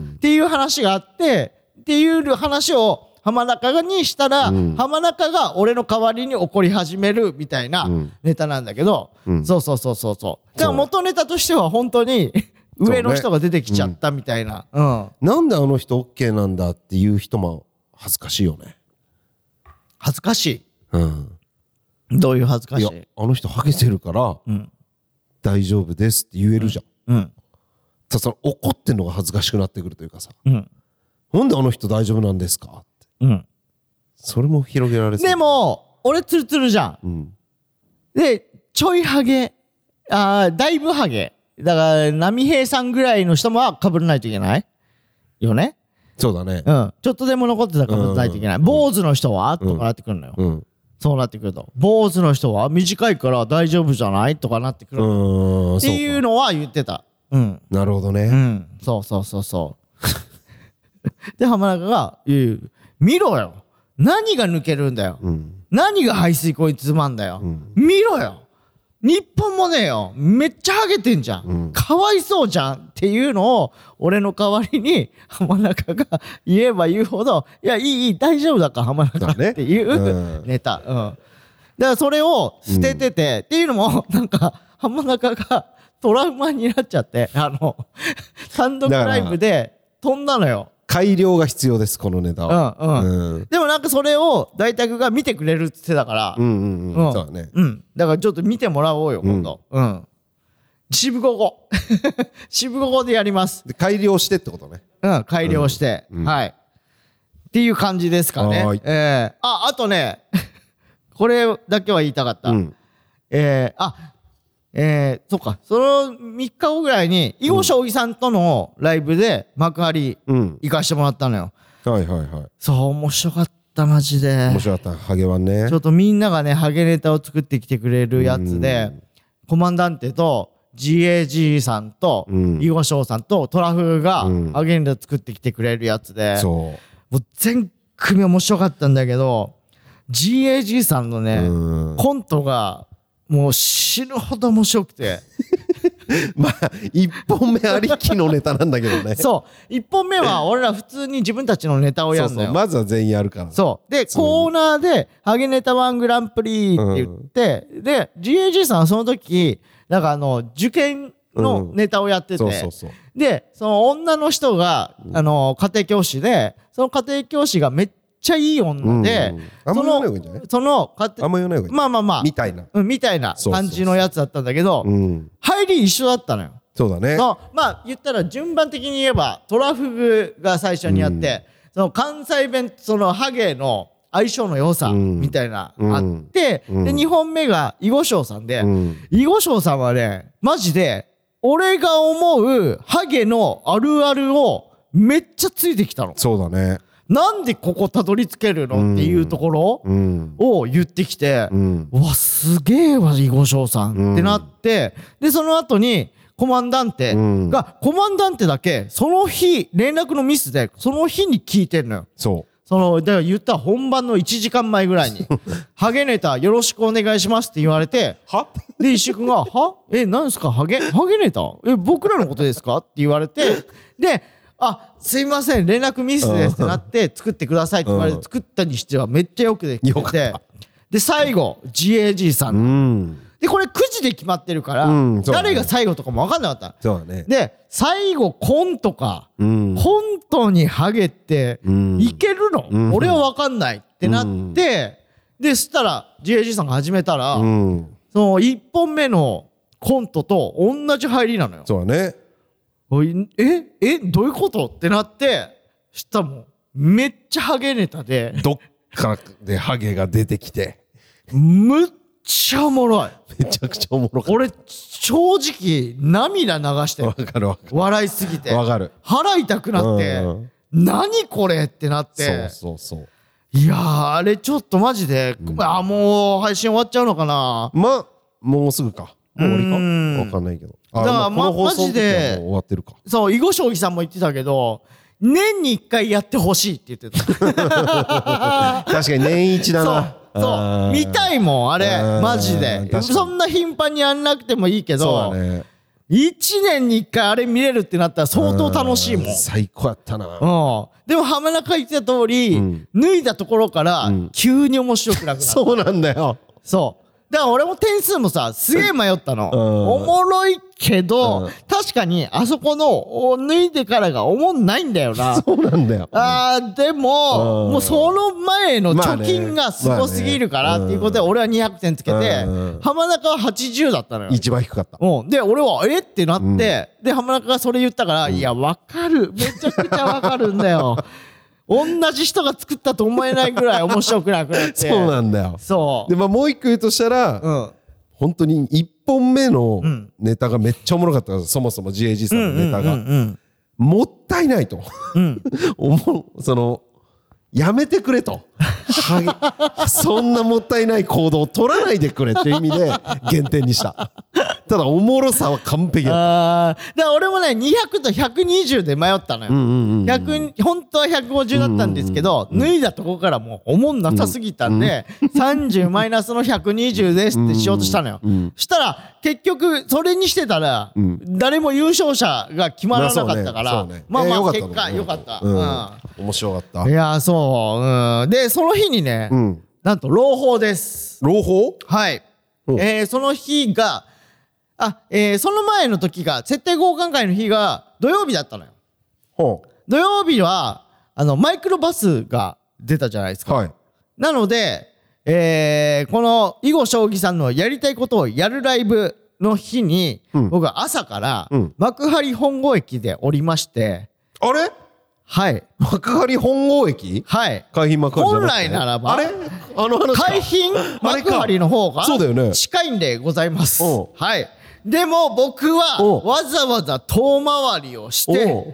っていう話があってっていう話を浜中にしたら、うん、浜中が俺の代わりに怒り始めるみたいなネタなんだけど、うん、そうそうそうそうそうだから元ネタとしては本当に上の人が出てきちゃったみたいな、うねうんうん、なんであの人 OK なんだっていう人も恥ずかしいよね。 恥ずかしい、うん、どういう恥ずかしい？いやあの人ハゲてるから、うん、大丈夫ですって言えるじゃん、うんうん、さその怒ってんのが恥ずかしくなってくるというかさ、うん、なんであの人大丈夫なんですかって、うん、それも広げられそう。 でも俺ツルツルじゃん、うん、でちょいハゲあだいぶハゲだから波平さんぐらいの人も被らないといけないよね。 そうだね、 うん、ちょっとでも残ってたら被らないといけない、うん、坊主の人は、うん、とかなってくるのよ、うん、そうなってくると坊主の人は短いから大丈夫じゃないとかなってくるのっていうのは言ってた。うん、 なるほどね、 うん、そうそうそうそうで浜中が言う見ろよ何が抜けるんだよ、うん、何が排水口に詰まんだよ、うん、見ろよ日本もねよめっちゃハゲてんじゃん、うん、かわいそうじゃんっていうのを俺の代わりに浜中が言えば言うほどいやいいいい大丈夫だから浜中っていうネタ、うん、だからそれを捨ててて、うん、っていうのもなんか浜中がトラウマになっちゃってあの単独ライブで飛んだのよ。 改良が必要ですこのネタは、 うんうんうん、でもなんかそれを大宅が見てくれるって言ってたから、うんうんうんうん、そうだね、うん、だからちょっと見てもらおうよ今度、うんうん、渋午後渋午後でやりますで改良してってことね。 うん改良して、うん、はいっていう感じですかね。えー、ああとねこれだけは言いたかった、うん、えー、あえー、そっかそのみっかごぐらいに囲碁将棋さんとのライブで幕張行かしてもらったのよ、 うん、はいはいはいそう面白かったマジで面白かったハゲワンね。 ちょっとみんながねハゲネタを作ってきてくれるやつでコマンダンテと ジーエージー さんと囲碁将さんとトラフがハゲネタ作ってきてくれるやつで、うん、そうもう全組面白かったんだけど ジーエージー さんのね、うん、コントがもう死ぬほど面白くてまあいっぽんめありきのネタなんだけどねそういっぽんめは俺ら普通に自分たちのネタをやるのよ。 そうそうまずは全員やるからそうでコーナーでハゲネタワングランプリって言って、うん、で ジーエージー さんはその時なんかあの受験のネタをやってて、うん、そうそうそうでその女の人があの家庭教師でその家庭教師がめっちゃいい女で、 うん、そのそのあんま言わない方がいいまあまあまあみたいな、 うん、みたいな感じのやつだったんだけど、うん、入り一緒だったのよ。 そうだね。 まあ言ったら順番的に言えばトラフグが最初にやって、うん、その関西弁そのハゲの相性の良さみたいな、うん、あって、うん、でにほんめが囲碁将さんで、うん、囲碁将さんはねマジで俺が思うハゲのあるあるをめっちゃついてきたの。 そうだね。 なんでここたどり着けるのっていうところを言ってきて、うん、うわすげえわ囲碁将さんってなって、でその後にコマンダンテが、うん、コマンダンテだけその日連絡のミスでその日に聞いてんのよ。 そうそのだから言ったら本番のいちじかんまえぐらいにハゲネタよろしくお願いしますって言われてはで石井君がはえなんすかハゲハゲネタえ僕らのことですかって言われてであすいません連絡ミスですってなって作ってくださいって言われて作ったにしてはめっちゃよくできててで最後 ジーエージー さん、うん、でこれくじで決まってるから、うんね、誰が最後とかも分かんなかった。 そうだね。 で最後コントか、うん、コントにハゲっていけるの、うん、俺は分かんないってなって、うん、でそしたら ジーエージー さんが始めたら、うん、そのいっぽんめのコントと同じ入りなのよ。 そうだね。 ええどういうことってなってしたらもうめっちゃハゲネタでどっかでハゲが出てきてむっちゃおもろい。 めちゃくちゃおもろかった。 俺正直涙流してわかるわかる笑いすぎてわかる腹痛くなって何これってなってそうそうそういやーあれちょっとマジで、うん、あもう配信終わっちゃうのかな。 まもうすぐか、もう終わりか分かんないけど、 だからまマジで終わってるか。 そう囲碁将棋さんも言ってたけど年にいっかいやってほしいって言ってた確かに年一だな。 そうそう見たいもんあれマジで。そんな頻繁にやんなくてもいいけど、そうだね、いちねんにいっかいあれ見れるってなったら相当楽しいもん。 最高やったな。うん。 でも浜中言ってた通り、うん、脱いだところから急に面白くなくなった、うん、 そうなんだよ。 そうだから俺も点数もさすげえ迷ったの、うん、おもろいけど、うん、確かにあそこの脱いでからがおもんないんだよな。 そうなんだよ。 あーでも、うん、もうその前の貯金がすごすぎるからっていうことで俺はにひゃくてんつけて、うん、浜中ははちじゅうだったのよ。 一番低かった。 うん、で俺はえってなって、うん、で浜中がそれ言ったから、うん、いやわかるめちゃくちゃわかるんだよ同じ人が作ったと思えないぐらい面白くなくなってそうなんだよ。 そうで、まあ、もう一個言うとしたら、うん、本当にいっぽんめのネタがめっちゃおもろかったから、そもそも ジェーエージー さんのネタが、うんうんうんうん、もったいないと、うん、そのやめてくれとそんなもったいない行動を取らないでくれっていう意味で減点にした。ただおもろさは完璧だった。 あだから俺もねにひゃくとひゃくにじゅうで迷ったのよ、うんうんうん、ひゃく本当はひゃくごじゅうだったんですけど、うんうんうん、脱いだとこからもうおもんなさすぎたんで、うんうん、さんじゅうマイナスのひゃくにじゅうですってしようとしたのよ、うんうん、したら結局それにしてたら、うん、誰も優勝者が決まらなかったから、まあ、ねね、まあまあ結果良かった、うんうん、 面白かった。 いやそう、うん、でその日にね、うん、なんと朗報です。 朗報？ はい、えー、その日があ、えー、その前の時が設定交換会の日が土曜日だったのよ。ほう。土曜日はあのマイクロバスが出たじゃないですか。はい。なので、えー、この囲碁将棋さんのやりたいことをやるライブの日に、うん、僕は朝から幕張本郷駅で降りまして、 あれ？ はい。 幕張本郷駅？ はい。 海浜幕張じゃなくて。 本来ならば、 あれ？あの話か。 海浜幕張の方がそうだよね。 近いんでございます。はい。でも僕はわざわざ遠回りをして、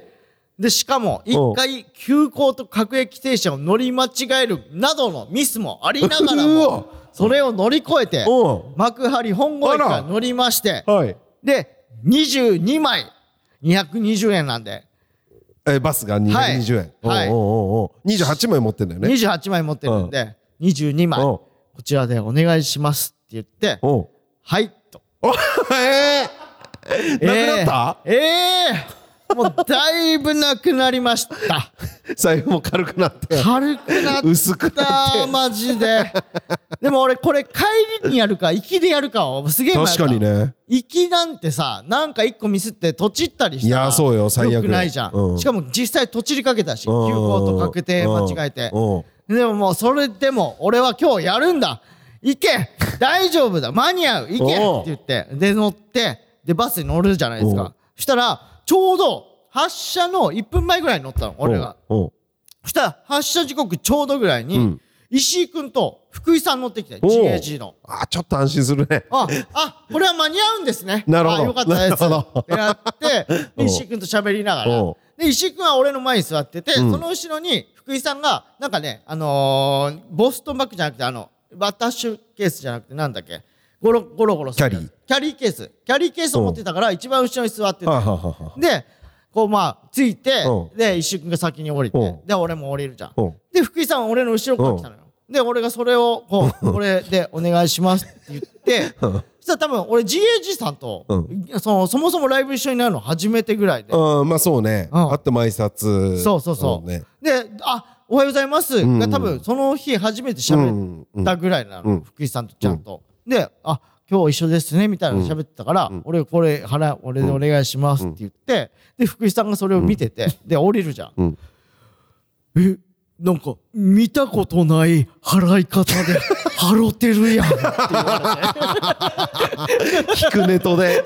でしかも一回急行と各駅停車を乗り間違えるなどのミスもありながらもそれを乗り越えて幕張本郷駅から乗りまして、でにじゅうにまいにひゃくにじゅうえんなんで、 えバスがにひゃくにじゅうえん、はい、おうおうおうにじゅうはちまい持ってんだよね。 にじゅうはちまい持ってるんでにじゅうにまいこちらでお願いしますって言ってはいとえー、なくなった？ えー、えー、もうだいぶなくなりました財布も軽くなって軽くなった薄くなってマジででも俺これ帰りにやるか行きでやるかをすげえ迷った。 確かにね。 行きなんてさなんか一個ミスってとちったりしたらいやそうよ最悪よくないじゃん、うん、しかも実際とちりかけたし急行と確定間違えてでももうそれでも俺は今日やるんだ行け大丈夫だ間に合う行けって言ってで乗ってでバスに乗るじゃないですか。そしたらちょうど発車のいっぷんまえぐらいに乗ったの俺が。そしたら発車時刻ちょうどぐらいに、うん、石井くんと福井さん乗ってきて ジーエージー のあちょっと安心するね。 ああこれは間に合うんですね。 なるほど。 あよかったですってやって石井くんと喋りながらで石井くんは俺の前に座ってて、うん、その後ろに福井さんがなんかねあのー、ボストンバッグじゃなくてあのバタッシュケースじゃなくてなんだっけゴロゴロゴロキャリーキャリーケースキャリーケースを持ってたから一番後ろに座ってたでこうまあついてで石井君が先に降りてで俺も降りるじゃんで福井さんは俺の後ろから来たのよで俺がそれをこうこれでお願いしますって言ってそしたら多分俺 ジーエージー さんとそのそもそもライブ一緒になるの初めてぐらいでうんまあそうねあっても挨拶そうそうそうであおはようございますが多分その日初めて喋ったぐらいなの福井さんとちゃんとであ今日一緒ですねみたいなの喋ってたから俺これ払俺でお願いしますって言ってで福井さんがそれを見ててで降りるじゃんえなんか見たことない払い方で払ってるやんって言われて引くネトで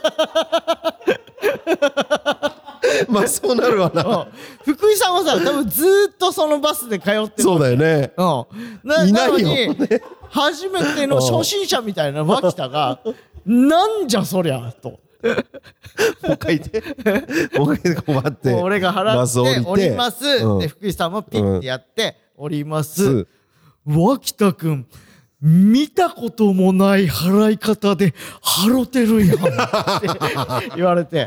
まあそうなるわな福井さんはさ多分ずーっとそのバスで通ってるそうだよねうんな、いないよ、ね、なのに初めての初心者みたいな脇田がなんじゃそりゃともう一回でもう一回で困って俺が払って降ります、うん、で福井さんもピッてやって、 おります脇田くん、見たこともない払い方で払ってるやんって言われて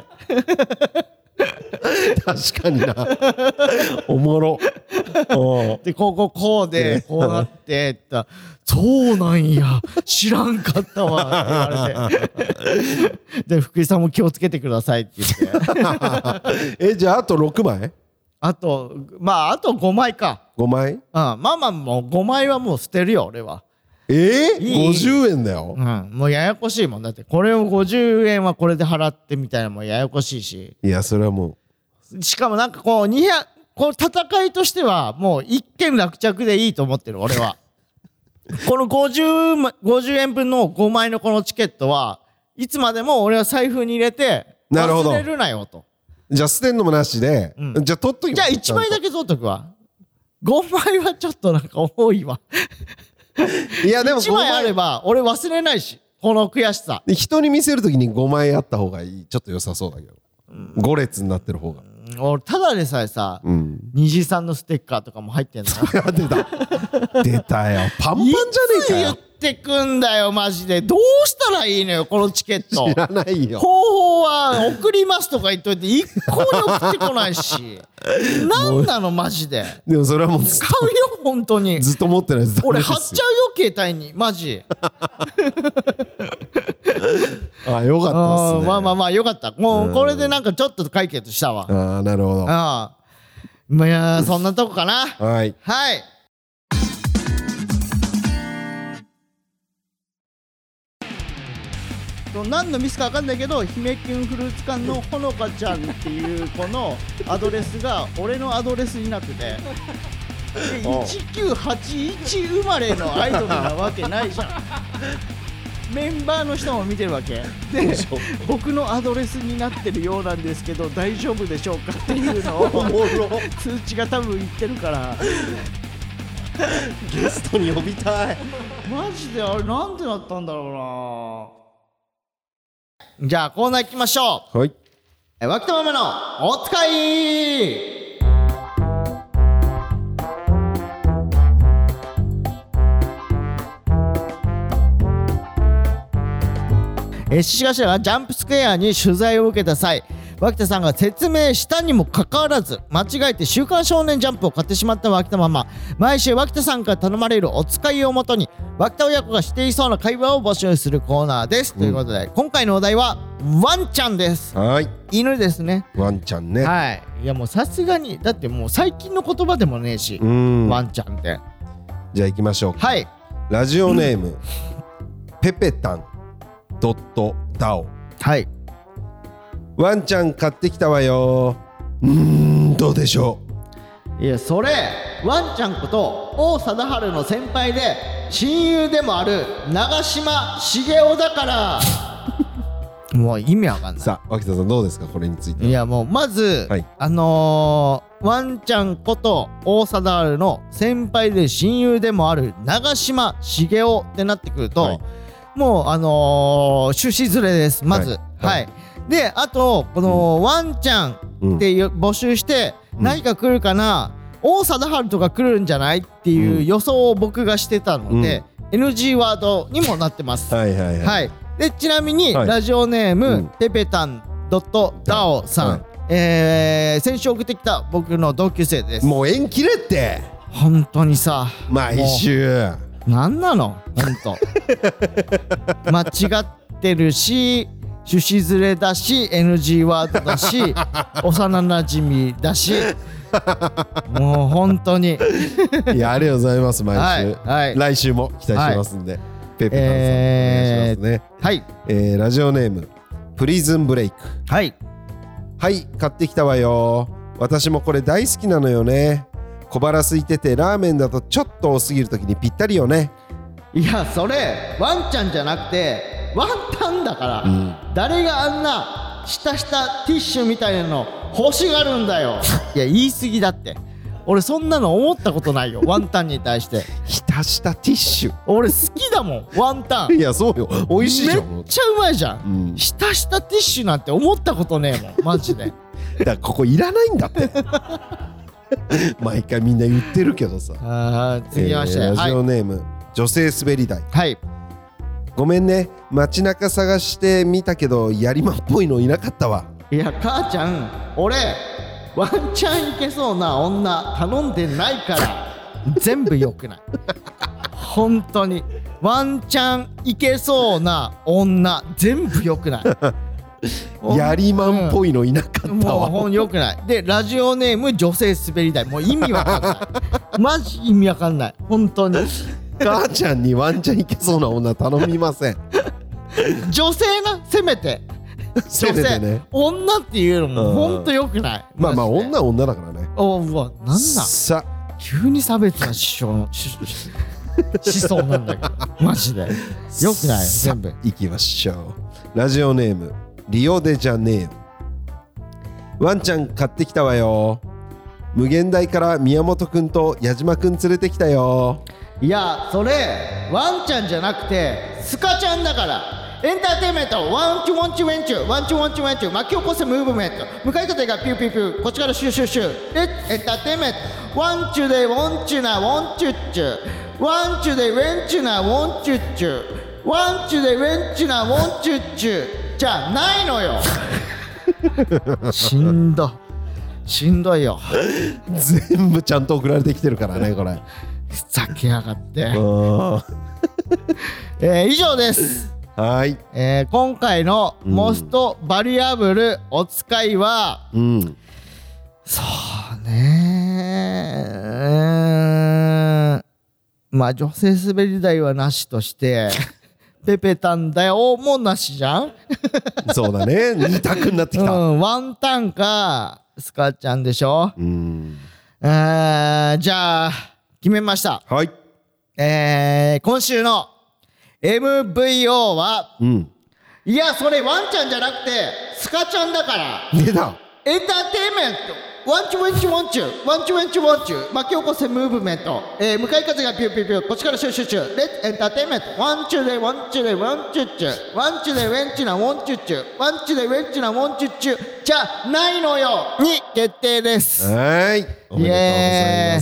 確かになおもろでこここうでこうなってって言ったらそうなんや知らんかったわって言われてで福井さんも気をつけてくださいって言ってえじゃああとろくまいあとまああとごまいかごまいうんまあまあもうごまいはもう捨てるよ俺はえー、ごじゅうえんだよ、 うん、もうややこしいもんだってこれをごじゅうえんはこれで払ってみたいなもうややこしいしいやそれはもうしかもなんかこうにひゃくこう戦いとしてはもう一件落着でいいと思ってる俺はこのごじゅう、ごじゅうえんぶんのごまいのこのチケットはいつまでも俺は財布に入れて忘れるなよとじゃあ捨てんのもなしで、うん、じゃあ取っときじゃあいちまいだけ取っとくわごまいはちょっとなんか多いわいやでもいちまいあれば俺忘れないしこの悔しさ人に見せるときにごまいあった方がいいちょっと良さそうだけど、うん、ご列になってる方が俺ただでさえさ、うん、虹さんのステッカーとかも入ってんの出た出たよパンパンじゃねえかよいつ言ってくんだよマジでどうしたらいいのよこのチケット知らないよ方法は送りますとか言っといて一向に送ってこないしなんなのマジででもそれはもう使うよ本当にずっと持ってないです俺貼っちゃうよ携帯にマジあよかったっすねまあまあまあよかったもうこれでなんかちょっと解決したわああなるほどああまあいやそんなとこかなはいはい何のミスか分かんないけど姫キュンフルーツ館のほのかちゃんっていう子のアドレスが俺のアドレスになっててでいちきゅうはちいち生まれのアイドルなわけないじゃんメンバーの人も見てるわけで僕のアドレスになってるようなんですけど大丈夫でしょうかっていうのを通知が多分言ってるからゲストに呼びたいマジであれなんでなったんだろうなじゃあコーナー行きましょうはい脇田ママのおつかいえ獅子頭がジャンプスクエアに取材を受けた際脇田さんが説明したにもかかわらず間違えて週刊少年ジャンプを買ってしまった脇田ママ毎週脇田さんから頼まれるお使いをもとに脇田親子がしていそうな会話を募集するコーナーです、うん、ということで今回のお題はワンちゃんです。 はい犬ですねワンちゃんねはいいやもうさすがにだってもう最近の言葉でもねえしうんワンちゃんってじゃあ行きましょうはいラジオネーム、うん、ペペタンドットダオはいワンちゃん買ってきたわようーんどうでしょういやそれワンちゃんこと王貞治の先輩で親友でもある長嶋茂雄だからもう意味わかんないさあ脇田さんどうですかこれについていやもうまず、はい、あのー、ワンちゃんこと王貞治の先輩で親友でもある長嶋茂雄ってなってくると、はい、もうあのー、趣旨ずれですまずはい、はいはいであとこのワンちゃんっていう募集して何か来るかな、うん、王貞治とか来るんじゃないっていう予想を僕がしてたので、うん、エヌジー ワードにもなってますはいはいはい、はい、 でちなみにラジオネーム、はい、ペペタンドットダオさん、はい、えー、先週送ってきた僕の同級生ですもう縁切れって本当にさ毎週なんなの本当間違ってるし趣旨ずれだし エヌジー ワードだし幼なじみだしもう本当にいやありがとうございます毎週、はいはい、来週も期待してますんで、はい、ペペタンさん、えー、お願いしますねはい、 えー、ラジオネームプリズンブレイクはいはい買ってきたわよ私もこれ大好きなのよね小腹空いててラーメンだとちょっと多すぎるときにぴったりよねいやそれワンちゃんじゃなくてワンタンだから、うん、誰があんな下下ティッシュみたいなの欲しがるんだよいや言い過ぎだって俺そんなの思ったことないよワンタンに対して下下ティッシュ俺好きだもんワンタンいやそうよ美味しいじゃんめっちゃうまいじゃん、うん、下下ティッシュなんて思ったことねえもんマジでだからここいらないんだって毎回みんな言ってるけどさ。 あ次まして、 えー、ラジオネーム、はい、女性滑り台。 はい。 ごめんね、街中探してみたけどやりまっぽいのいなかったわ。 いや母ちゃん、俺ワンチャンいけそうな女頼んでないから全部良くない。本当にワンチャンいけそうな女全部良くない。 やりまんっぽいのいなかったわ、うん、もうほんよくない。でラジオネーム女性滑り台、もう意味わかんないマジ意味わかんない本当に。 母ちゃんにワンチャンいけそうな女頼みません。 女性な、せめてせめてね、 女っていうのもほんとよくない。 まあまあ女は女だからね。 おうわ、なんなんさ急に差別な思想しそうなんだけどマジでよくない。全部いきましょう。ラジオネームリオデジャネイロ。ワンちゃん買ってきたわよ。無限大から宮本くんと矢島くん連れてきたよ。 いやそれワンちゃんじゃなくてスカちゃんだから。エンターテインメントワンチュワンチュワンチュワンチュワンチュワンチュ巻き起こせムーブメント、向かい風がピューピューピュー、こっちからシューシューシュー。レッツエンターテインメントワンチュでワンチュなワンチュッチュ、ワンチュでウェンチュなワンチュッチュ、ワンチュでウェンチュなワンチュッチュじゃないのよ。しんどしんどいよ。 全部ちゃんと送られてきてるからねこれ。 ふざけやがって。えー、以上です。 はい、 えー、今回のモストバリアブルお使いは、うん、そうね、まあ女性滑り台はなしとしてペペタンだよもなしじゃん。 そうだね、二択になってきた、 うん、ワンタンかスカちゃんでしょ。うん、えー、じゃあ決めました。 はい、 えー、今週のエムブイオー は、うん、いやそれワンちゃんじゃなくてスカちゃんだから。 出た。 エンターテインメントワンチュワンチュワンチュワンチュワンチュワンチュ巻き起こせムーブメント、えー、向かい風がピューピューピュー、こっちからシューシューシュー。レッツエンターテインメントワンチュでワンチュでワンチュッチュ、ワンチュでウェンチュなワンチュッチュ、ワンチュでウェンチュなワンチュッチュじゃないのよに決定です。 はい、おめでとうございます。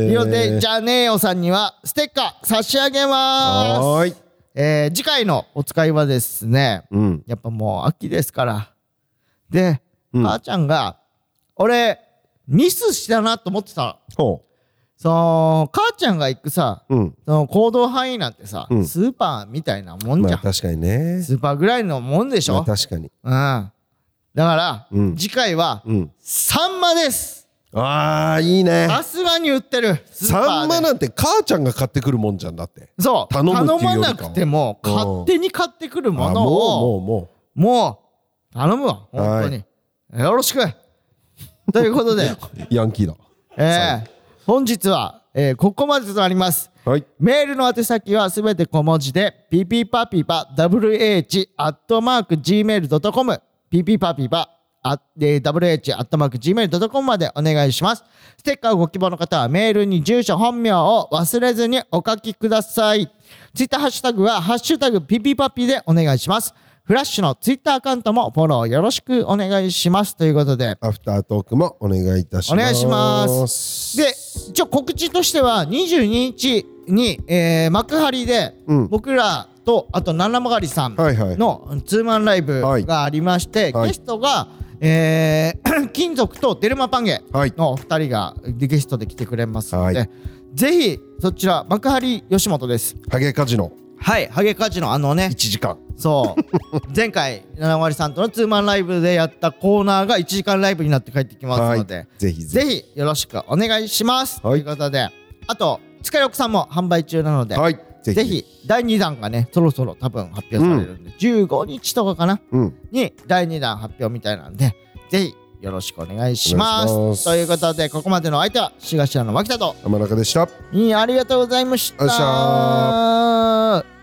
リオデジャネイロさんにはステッカー差し上げます。はい、えー、次回のお使いはですね、うん、やっぱもう秋ですからで、うん、母ちゃんが俺ミスしたなと思ってた。ほう、その母ちゃんが行くさ、うん、その行動範囲なんてさ、うん、スーパーみたいなもんじゃん、まあ、 確かにね、 スーパーぐらいのもんでしょ、 まあ、確かに、 うん、だから、うん、次回は、うん、サンマです。 あーいいね。 さすがに売ってるサンマなんて母ちゃんが買ってくるもんじゃん。だってそう頼むっていうよりかは頼まなくても勝手に買ってくるものをもうもうもうもう頼むわ本当に、よろしくということでヤンキーだ。 えー、本日は、えー、ここまでとなります。はい、メールの宛先はすべて小文字で ピーピーパピパ ダブリューエイチ アットマーク ジーメール ドットコム ピーピーパピパダブリューエイチ アットマーク ジーメール ドットコム までお願いします。ステッカーをご希望の方はメールに住所本名を忘れずにお書きください。ツイッターハッシュタグはハッシュタグピピパピでお願いします。フラッシュのツイッターアカウントもフォローよろしくお願いしますということで、 アフタートークもお願いいたします。 お願いします。で、一応告知としてはにじゅうににちに、えー、幕張で僕らとあとナナマガリさんのツーマンライブがありまして、はいはい、ゲストがえー、金属とデルマパンゲのお二人がゲストで来てくれますので、はい、ぜひそちら幕張吉本です。 ハゲカジノ、 はいハゲカジノあのねいちじかんそう前回ななまりさんとのツーマンライブでやったコーナーがいちじかんライブになって帰ってきますので、はい、 ぜひぜひぜひよろしくお願いします、はい、ということであとつかよくさんも販売中なので、はい、ぜひぜひだいにだんがねそろそろ多分発表されるんで、うん、じゅうごにちとかかな、うん、にだいにだん発表みたいなんでぜひよろしくお願いします。ますということでここまでの相手はしがしらの脇田と天中でした。 いいありがとうございました。